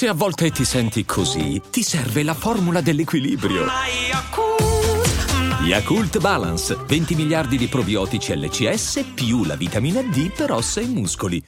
Se a volte ti senti così, ti serve la formula dell'equilibrio. Yakult Balance, 20 miliardi di probiotici LCS più la vitamina D per ossa e muscoli.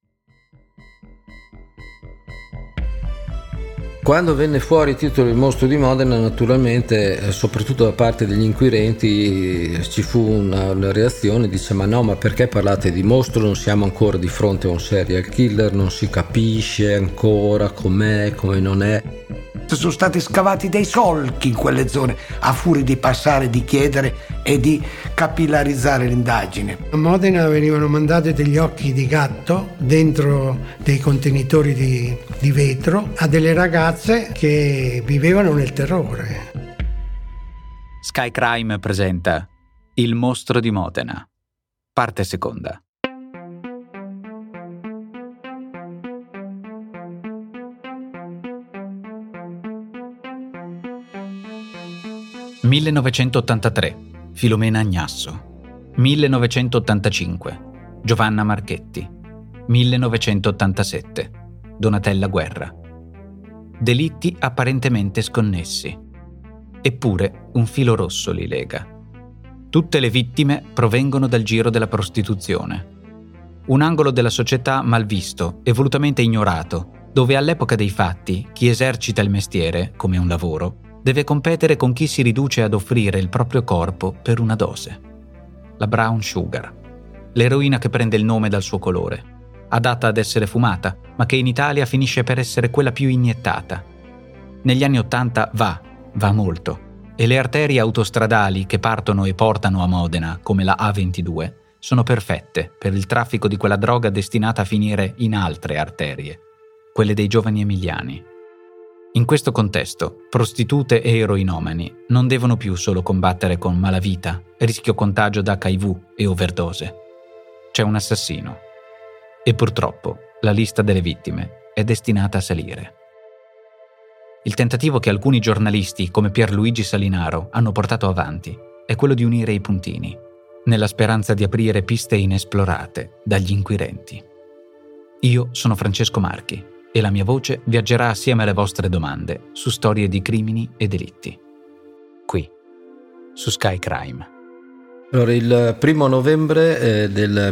Quando venne fuori il titolo Il mostro di Modena, naturalmente, soprattutto da parte degli inquirenti, ci fu una reazione, dice: ma no, ma perché parlate di mostro? Non siamo ancora di fronte a un serial killer, non si capisce ancora com'è, come non è. Sono stati scavati dei solchi in quelle zone, a furia di passare, di chiedere e di capillarizzare l'indagine. A Modena venivano mandati degli occhi di gatto dentro dei contenitori di vetro a delle ragazze che vivevano nel terrore. Sky Crime presenta Il mostro di Modena, parte seconda. «1983. Filomena Agnasso. 1985. Giovanna Marchetti. 1987. Donatella Guerra. Delitti apparentemente sconnessi. Eppure un filo rosso li lega. Tutte le vittime provengono dal giro della prostituzione. Un angolo della società malvisto e volutamente ignorato, dove all'epoca dei fatti chi esercita il mestiere, come un lavoro, deve competere con chi si riduce ad offrire il proprio corpo per una dose. La brown sugar, l'eroina che prende il nome dal suo colore, adatta ad essere fumata, ma che in Italia finisce per essere quella più iniettata. Negli anni '80 va molto, e le arterie autostradali che partono e portano a Modena, come la A22, sono perfette per il traffico di quella droga destinata a finire in altre arterie, quelle dei giovani emiliani. In questo contesto, prostitute e eroinomani non devono più solo combattere con malavita, rischio contagio da HIV e overdose. C'è un assassino. E purtroppo la lista delle vittime è destinata a salire. Il tentativo che alcuni giornalisti come Pierluigi Salinaro hanno portato avanti è quello di unire i puntini, nella speranza di aprire piste inesplorate dagli inquirenti. Io sono Francesco Marchi e la mia voce viaggerà assieme alle vostre domande su storie di crimini e delitti. Qui, su Sky Crime. Allora, il 1 novembre del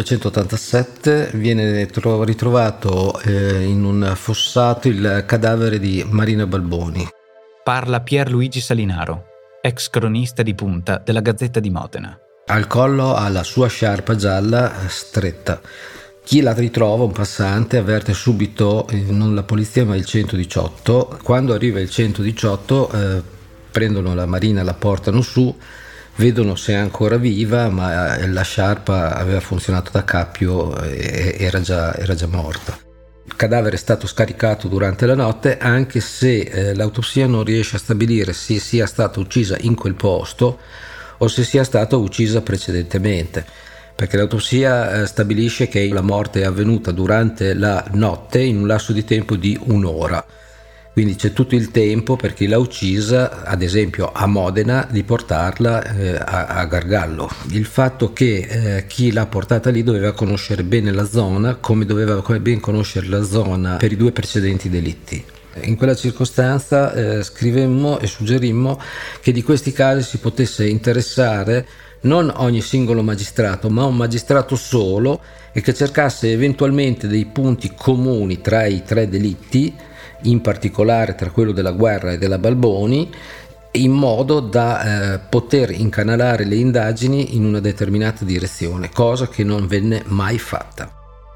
1987 viene ritrovato in un fossato il cadavere di Marina Balboni. Parla Pierluigi Salinaro, ex cronista di punta della Gazzetta di Modena. Al collo ha la sua sciarpa gialla stretta. Chi la ritrova, un passante, avverte subito non la polizia ma il 118. Quando arriva il 118 prendono la Marina, la portano su, vedono se è ancora viva, ma la sciarpa aveva funzionato da cappio e era già morta. Il cadavere è stato scaricato durante la notte, anche se l'autopsia non riesce a stabilire se sia stata uccisa in quel posto o se sia stata uccisa precedentemente, perché l'autopsia stabilisce che la morte è avvenuta durante la notte in un lasso di tempo di un'ora. Quindi c'è tutto il tempo per chi l'ha uccisa, ad esempio a Modena, di portarla a Gargallo. Il fatto che chi l'ha portata lì doveva conoscere bene la zona, come doveva ben conoscere la zona per i due precedenti delitti. In quella circostanza scrivemmo e suggerimmo che di questi casi si potesse interessare non ogni singolo magistrato, ma un magistrato solo, e che cercasse eventualmente dei punti comuni tra i tre delitti, in particolare tra quello della Guerra e della Balboni, in modo da poter incanalare le indagini in una determinata direzione, cosa che non venne mai fatta.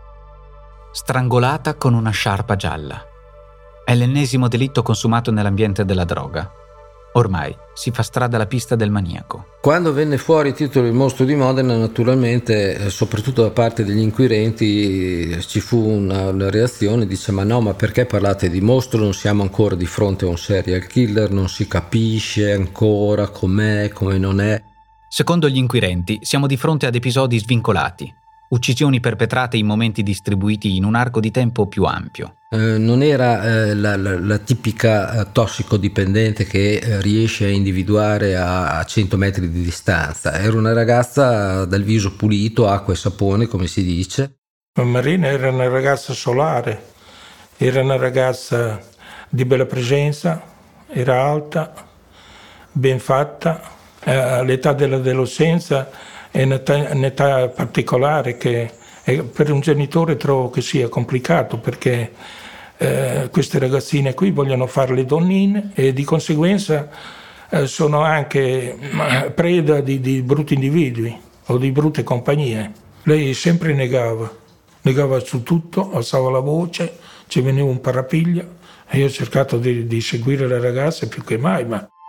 Strangolata con una sciarpa gialla. È l'ennesimo delitto consumato nell'ambiente della droga. Ormai si fa strada la pista del maniaco. Quando venne fuori il titolo Il mostro di Modena, naturalmente, soprattutto da parte degli inquirenti, ci fu una reazione, dice: ma no, ma perché parlate di mostro? Non siamo ancora di fronte a un serial killer, non si capisce ancora com'è, come non è. Secondo gli inquirenti, siamo di fronte ad episodi svincolati, uccisioni perpetrate in momenti distribuiti in un arco di tempo più ampio. Non era la tipica tossicodipendente che riesce a individuare a 100 metri di distanza. Era una ragazza dal viso pulito, acqua e sapone, come si dice. Marina era una ragazza solare, Era una ragazza di bella presenza, era alta, ben fatta, all'età dell'adolescenza è un'età particolare che per un genitore trovo che sia complicato, perché queste ragazzine qui vogliono fare le donnine e di conseguenza sono anche preda di brutti individui o di brutte compagnie. Lei sempre negava su tutto, alzava la voce, ci veniva un parapiglia e io ho cercato di seguire le ragazze più che mai,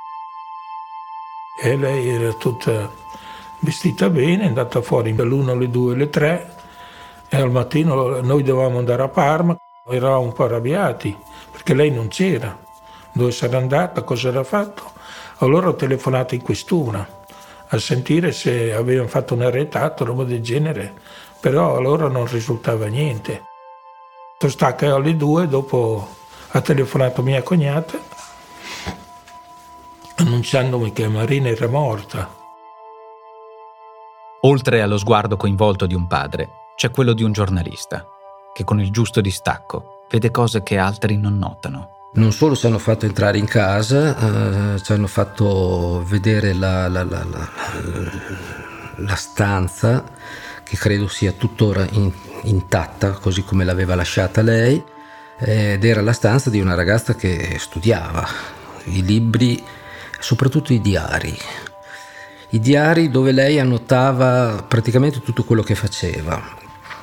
e lei era tutta vestita bene, è andata fuori all'1, alle 2, alle 3 e al mattino noi dovevamo andare a Parma, eravamo un po' arrabbiati perché lei non c'era, dove sarà andata, cosa era fatto. Allora ho telefonato in questura a sentire se avevano fatto un arrestato, roba del genere, però allora non risultava niente. Sta che alle 2 dopo ha telefonato mia cognata annunciandomi che Marina era morta. Oltre allo sguardo coinvolto di un padre, c'è quello di un giornalista, che con il giusto distacco vede cose che altri non notano. Non solo ci hanno fatto entrare in casa, ci hanno fatto vedere la stanza, che credo sia tuttora intatta, così come l'aveva lasciata lei, ed era la stanza di una ragazza che studiava i libri, soprattutto i diari dove lei annotava praticamente tutto quello che faceva.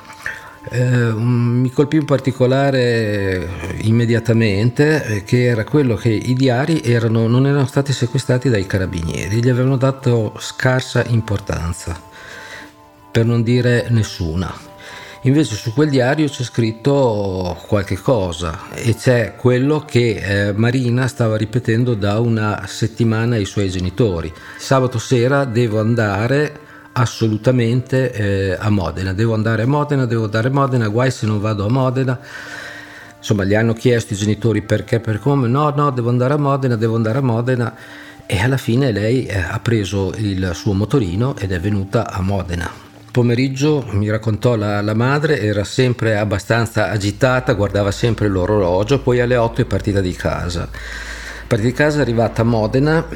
Mi colpì in particolare immediatamente che era quello che i diari non erano stati sequestrati dai carabinieri, gli avevano dato scarsa importanza, per non dire nessuna. Invece su quel diario c'è scritto qualche cosa, e c'è quello che Marina stava ripetendo da una settimana ai suoi genitori: sabato sera devo andare assolutamente a Modena, devo andare a Modena, guai se non vado a Modena. Insomma, gli hanno chiesto i genitori perché, per come, no, devo andare a Modena, e alla fine lei ha preso il suo motorino ed è venuta a Modena. Pomeriggio, mi raccontò la madre, era sempre abbastanza agitata, guardava sempre l'orologio, poi alle 8 è partita di casa. È arrivata a Modena,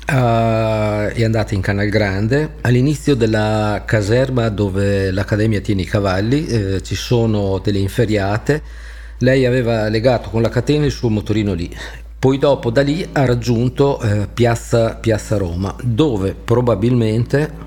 è andata in Canal Grande. All'inizio della caserma dove l'Accademia tiene i cavalli ci sono delle inferriate, lei aveva legato con la catena il suo motorino lì. Poi dopo da lì ha raggiunto piazza Roma, dove probabilmente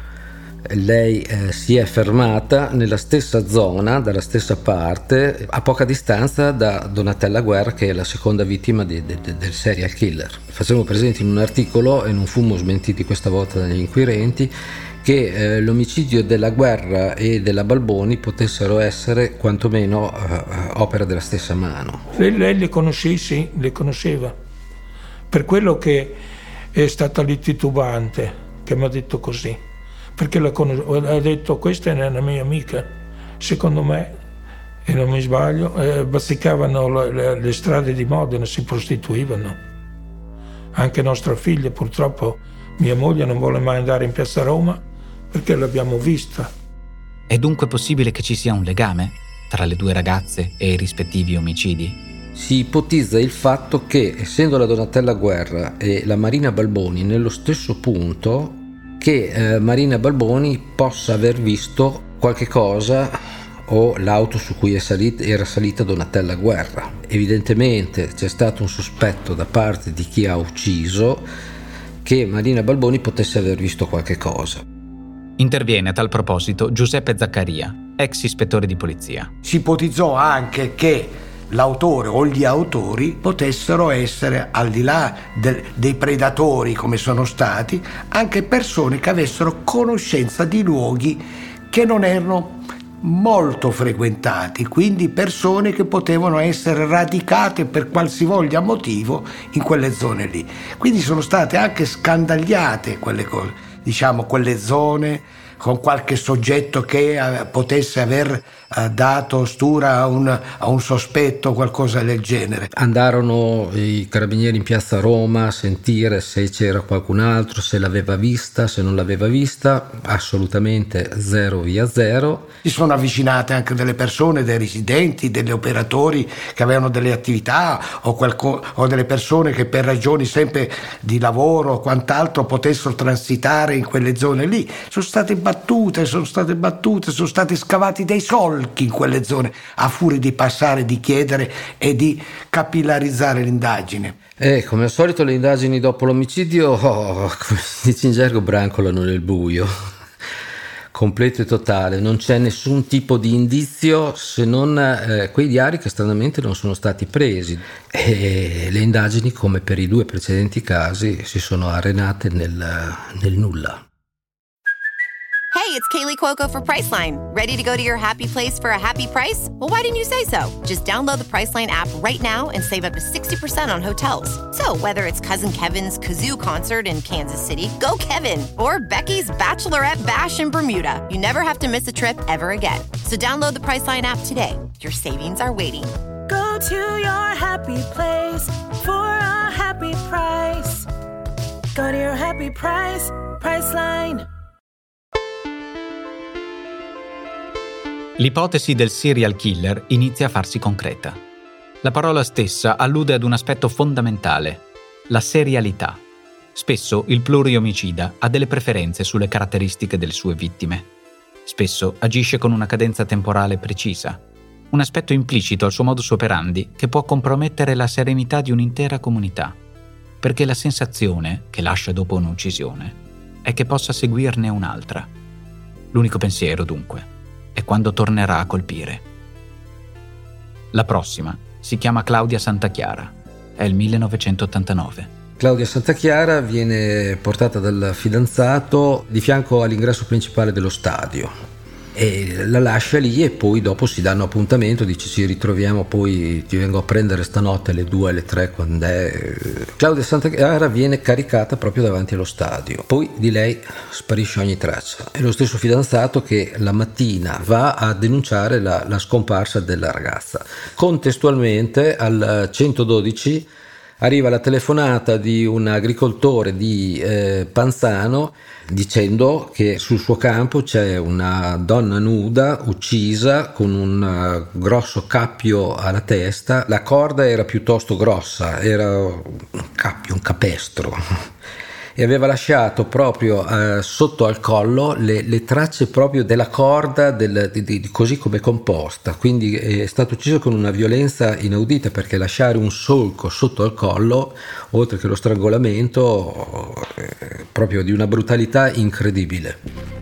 lei si è fermata nella stessa zona, dalla stessa parte, a poca distanza da Donatella Guerra, che è la seconda vittima del serial killer. Facciamo presente in un articolo, e non fummo smentiti questa volta dagli inquirenti, che l'omicidio della Guerra e della Balboni potessero essere quantomeno opera della stessa mano. Lei le conosceva, per quello che è stata lì titubante, che mi ha detto così. Perché ha detto: questa è una mia amica, secondo me, e non mi sbaglio, bazzicavano le strade di Modena, si prostituivano. Anche nostra figlia, purtroppo, mia moglie non vuole mai andare in piazza Roma perché l'abbiamo vista. È dunque possibile che ci sia un legame tra le due ragazze e i rispettivi omicidi? Si ipotizza il fatto che, essendo la Donatella Guerra e la Marina Balboni nello stesso punto, che Marina Balboni possa aver visto qualche cosa, o l'auto su cui era salita Donatella Guerra. Evidentemente c'è stato un sospetto da parte di chi ha ucciso che Marina Balboni potesse aver visto qualche cosa. Interviene a tal proposito Giuseppe Zaccaria, ex ispettore di polizia. Si ipotizzò anche che l'autore o gli autori potessero essere, al di là dei predatori come sono stati, anche persone che avessero conoscenza di luoghi che non erano molto frequentati, quindi persone che potevano essere radicate per qualsivoglia motivo in quelle zone lì. Quindi sono state anche scandagliate quelle cose, quelle zone, con qualche soggetto che potesse aver dato stura a un sospetto o qualcosa del genere. Andarono i carabinieri in piazza Roma a sentire se c'era qualcun altro, se l'aveva vista, se non l'aveva vista. Assolutamente zero via zero. Si sono avvicinate anche delle persone, dei residenti, degli operatori che avevano delle attività o delle persone che per ragioni sempre di lavoro o quant'altro potessero transitare in quelle zone lì. Sono state battute, sono stati scavati dei solchi in quelle zone a furia di passare, di chiedere e di capillarizzare l'indagine. Come al solito le indagini dopo l'omicidio, come si dice in gergo, brancolano nel buio. Completo e totale, non c'è nessun tipo di indizio se non quei diari che stranamente non sono stati presi, e le indagini, come per i 2 precedenti casi, si sono arenate nel nulla. Hey, it's Kaylee Cuoco for Priceline. Ready to go to your happy place for a happy price? Well, why didn't you say so? Just download the Priceline app right now and save up to 60% on hotels. So whether it's Cousin Kevin's Kazoo Concert in Kansas City, go Kevin, or Becky's Bachelorette Bash in Bermuda, you never have to miss a trip ever again. So download the Priceline app today. Your savings are waiting. Go to your happy place for a happy price. Go to your happy price, Priceline. L'ipotesi del serial killer inizia a farsi concreta. La parola stessa allude ad un aspetto fondamentale, la serialità. Spesso il pluriomicida ha delle preferenze sulle caratteristiche delle sue vittime. Spesso agisce con una cadenza temporale precisa, un aspetto implicito al suo modus operandi che può compromettere la serenità di un'intera comunità, perché la sensazione che lascia dopo un'uccisione è che possa seguirne un'altra. L'unico pensiero, dunque, è quando tornerà a colpire. La prossima si chiama Claudia Santachiara. È il 1989. Claudia Santachiara viene portata dal fidanzato di fianco all'ingresso principale dello stadio e la lascia lì, e poi dopo si danno appuntamento, dice ci ritroviamo, poi ti vengo a prendere stanotte alle 2, alle 3, quando è. Claudia Santachiara viene caricata proprio davanti allo stadio, poi di lei sparisce ogni traccia. È lo stesso fidanzato che la mattina va a denunciare la scomparsa della ragazza. Contestualmente al 112 arriva la telefonata di un agricoltore di Panzano dicendo che sul suo campo c'è una donna nuda uccisa con un grosso cappio alla testa. La corda era piuttosto grossa, era un cappio, un capestro, e aveva lasciato proprio sotto al collo le tracce proprio della corda di così come composta. Quindi è stato ucciso con una violenza inaudita, perché lasciare un solco sotto al collo, oltre che lo strangolamento, proprio di una brutalità incredibile.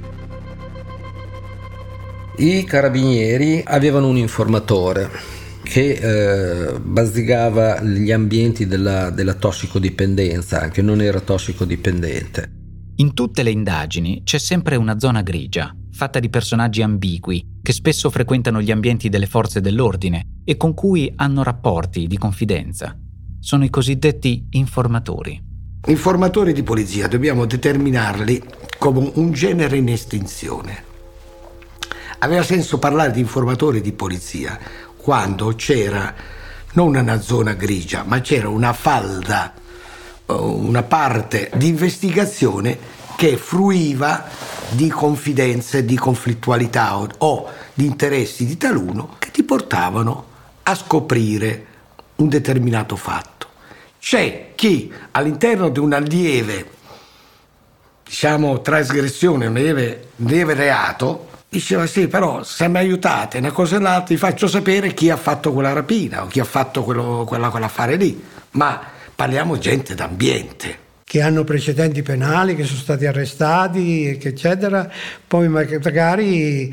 I carabinieri avevano un informatore che bazzicava gli ambienti della tossicodipendenza, anche non era tossicodipendente. In tutte le indagini c'è sempre una zona grigia, fatta di personaggi ambigui, che spesso frequentano gli ambienti delle forze dell'ordine e con cui hanno rapporti di confidenza. Sono i cosiddetti informatori. Informatori di polizia dobbiamo determinarli come un genere in estinzione. Aveva senso parlare di informatori di polizia quando c'era non una zona grigia, ma c'era una falda, una parte di investigazione che fruiva di confidenze, di conflittualità o di interessi di taluno che ti portavano a scoprire un determinato fatto. C'è chi all'interno di una lieve, trasgressione, un lieve reato, diceva sì, però se mi aiutate una cosa e l'altra vi faccio sapere chi ha fatto quella rapina o chi ha fatto quell'affare lì. Ma parliamo di gente d'ambiente, che hanno precedenti penali, che sono stati arrestati, eccetera, poi magari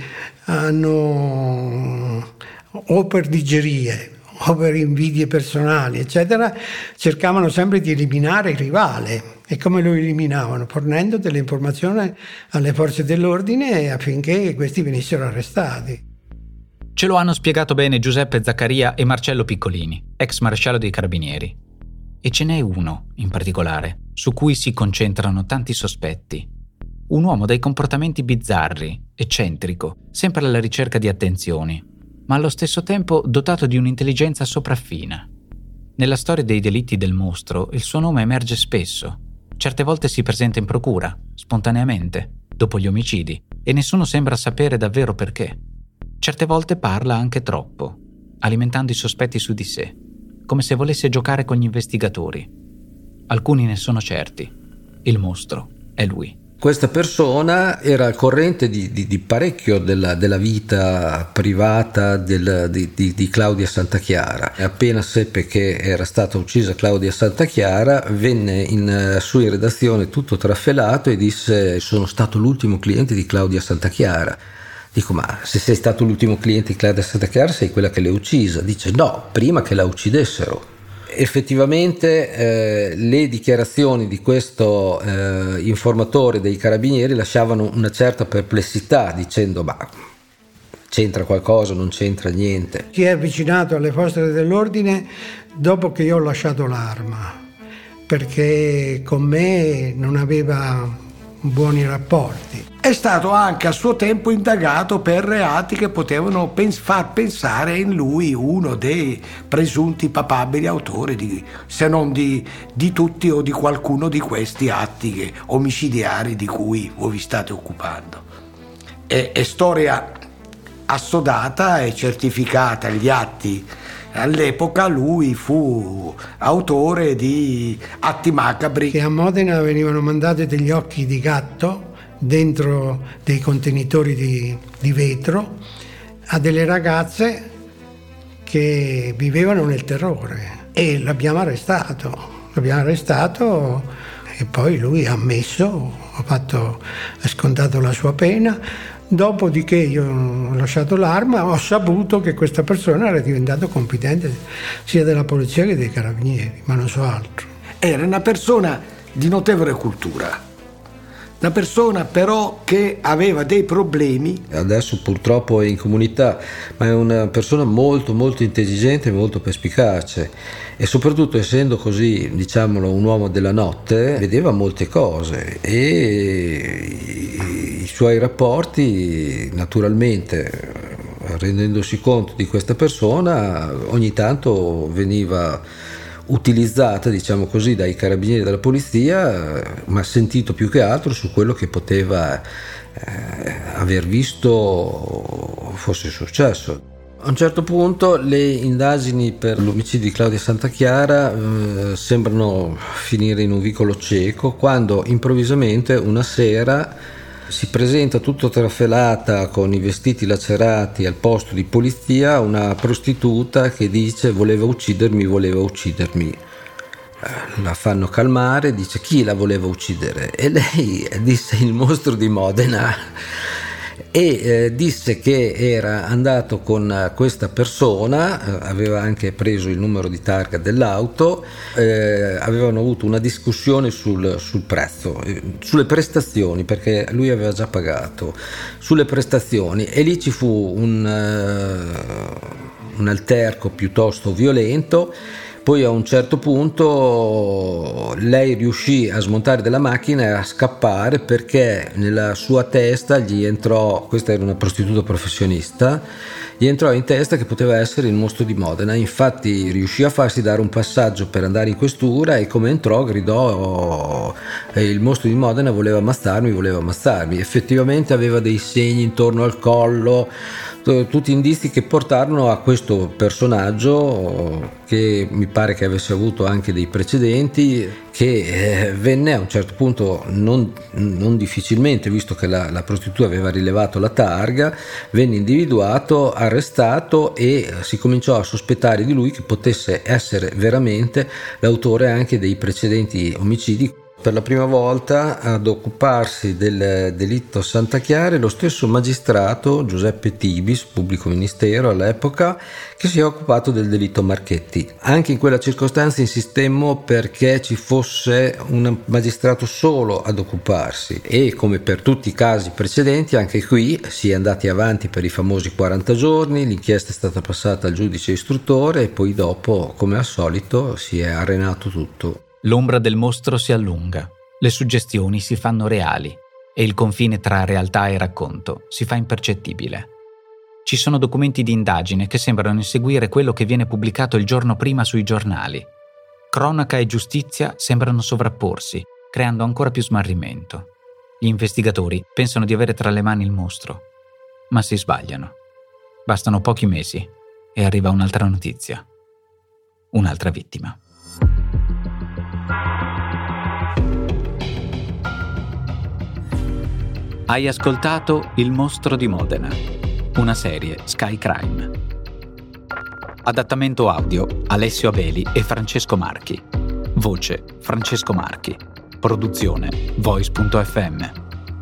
hanno o per digerie o per invidie personali, eccetera, cercavano sempre di eliminare il rivale. E come lo eliminavano? Fornendo delle informazioni alle forze dell'ordine affinché questi venissero arrestati. Ce lo hanno spiegato bene Giuseppe Zaccaria e Marcello Piccolini, ex maresciallo dei Carabinieri. E ce n'è uno, in particolare, su cui si concentrano tanti sospetti. Un uomo dai comportamenti bizzarri, eccentrico, sempre alla ricerca di attenzioni, ma allo stesso tempo dotato di un'intelligenza sopraffina. Nella storia dei delitti del mostro il suo nome emerge spesso. Certe volte si presenta in procura, spontaneamente, dopo gli omicidi, e nessuno sembra sapere davvero perché. Certe volte parla anche troppo, alimentando i sospetti su di sé, come se volesse giocare con gli investigatori. Alcuni ne sono certi. Il mostro è lui. Questa persona era al corrente di parecchio della vita privata di Claudia Santachiara. Appena seppe che era stata uccisa Claudia Santachiara, venne in sua redazione tutto trafelato e disse: sono stato l'ultimo cliente di Claudia Santachiara. Dico: ma se sei stato l'ultimo cliente di Claudia Santachiara sei quella che l'ha uccisa. Dice: no, prima che la uccidessero. Effettivamente le dichiarazioni di questo informatore dei carabinieri lasciavano una certa perplessità, dicendo: ma c'entra qualcosa, non c'entra niente. Si è avvicinato alle forze dell'ordine dopo che io ho lasciato l'arma, perché con me non aveva buoni rapporti. È stato anche a suo tempo indagato per reati che potevano far pensare in lui uno dei presunti papabili autori, se non di tutti o di qualcuno di questi atti omicidiari di cui voi vi state occupando. È storia assodata e certificata agli atti. All'epoca lui fu autore di atti macabri. Che a Modena venivano mandati degli occhi di gatto dentro dei contenitori di vetro a delle ragazze che vivevano nel terrore, e l'abbiamo arrestato e poi lui ha ammesso, ha scontato la sua pena. Dopodiché io ho lasciato l'arma, ho saputo che questa persona era diventato confidente sia della polizia che dei carabinieri, ma non so altro. Era una persona di notevole cultura, una persona però che aveva dei problemi. Adesso purtroppo è in comunità, ma è una persona molto molto intelligente e molto perspicace, e soprattutto, essendo così, diciamolo, un uomo della notte, vedeva molte cose, e i suoi rapporti, naturalmente, rendendosi conto di questa persona, ogni tanto veniva utilizzata, diciamo così, dai carabinieri della polizia, ma sentito più che altro su quello che poteva aver visto fosse successo. A un certo punto le indagini per l'omicidio di Claudia Santachiara sembrano finire in un vicolo cieco, quando improvvisamente una sera si presenta tutto trafelata con i vestiti lacerati al posto di polizia una prostituta che dice: voleva uccidermi. La fanno calmare, dice: chi la voleva uccidere? E lei disse: il mostro di Modena. E disse che era andato con questa persona, aveva anche preso il numero di targa dell'auto, avevano avuto una discussione sul prezzo, sulle prestazioni, perché lui aveva già pagato, sulle prestazioni, e lì ci fu un alterco piuttosto violento. Poi a un certo punto lei riuscì a smontare dalla macchina e a scappare, perché nella sua testa gli entrò, questa era una prostituta professionista, gli entrò in testa che poteva essere il mostro di Modena. Infatti riuscì a farsi dare un passaggio per andare in questura, e come entrò gridò: il mostro di Modena voleva ammazzarmi. Effettivamente aveva dei segni intorno al collo, tutti indizi che portarono a questo personaggio, che mi pare che avesse avuto anche dei precedenti, che venne a un certo punto, non difficilmente, visto che la prostituta aveva rilevato la targa, venne individuato, arrestato, e si cominciò a sospettare di lui che potesse essere veramente l'autore anche dei precedenti omicidi. Per la prima volta ad occuparsi del delitto Santachiara lo stesso magistrato Giuseppe Tibis, pubblico ministero all'epoca, che si è occupato del delitto Marchetti. Anche in quella circostanza insistemmo perché ci fosse un magistrato solo ad occuparsi, e come per tutti i casi precedenti anche qui si è andati avanti per i famosi 40 giorni, l'inchiesta è stata passata al giudice istruttore e poi dopo, come al solito, si è arenato tutto. L'ombra del mostro si allunga, le suggestioni si fanno reali. e il confine tra realtà e racconto si fa impercettibile. Ci sono documenti di indagine che sembrano inseguire quello che viene pubblicato il giorno prima sui giornali. Cronaca e giustizia sembrano sovrapporsi, creando ancora più smarrimento. Gli investigatori pensano di avere tra le mani il mostro, ma si sbagliano. Bastano pochi mesi e arriva un'altra notizia. Un'altra vittima. Hai ascoltato Il mostro di Modena, una serie Sky Crime. Adattamento audio Alessio Abeli e Francesco Marchi. Voce Francesco Marchi. Produzione Voice.fm.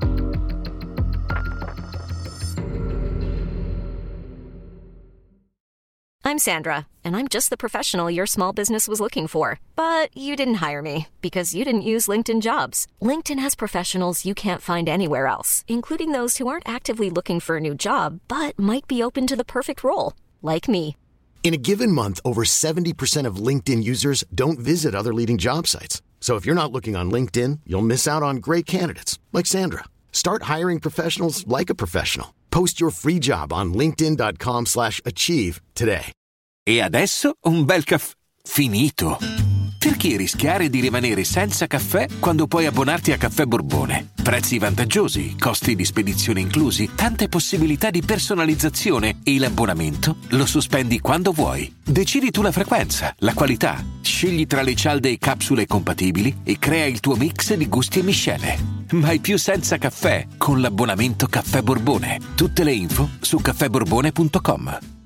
I'm Sandra, and I'm just the professional your small business was looking for. But you didn't hire me because you didn't use LinkedIn Jobs. LinkedIn has professionals you can't find anywhere else, including those who aren't actively looking for a new job, but might be open to the perfect role, like me. In a given month, over 70% of LinkedIn users don't visit other leading job sites. So if you're not looking on LinkedIn, you'll miss out on great candidates, like Sandra. Start hiring professionals like a professional. Post your free job on linkedin.com/achieve today. E adesso un bel caffè finito. Perché rischiare di rimanere senza caffè quando puoi abbonarti a Caffè Borbone? Prezzi vantaggiosi, costi di spedizione inclusi, tante possibilità di personalizzazione e l'abbonamento lo sospendi quando vuoi. Decidi tu la frequenza, la qualità, scegli tra le cialde e capsule compatibili e crea il tuo mix di gusti e miscele. Mai più senza caffè con l'abbonamento Caffè Borbone. Tutte le info su caffèborbone.com.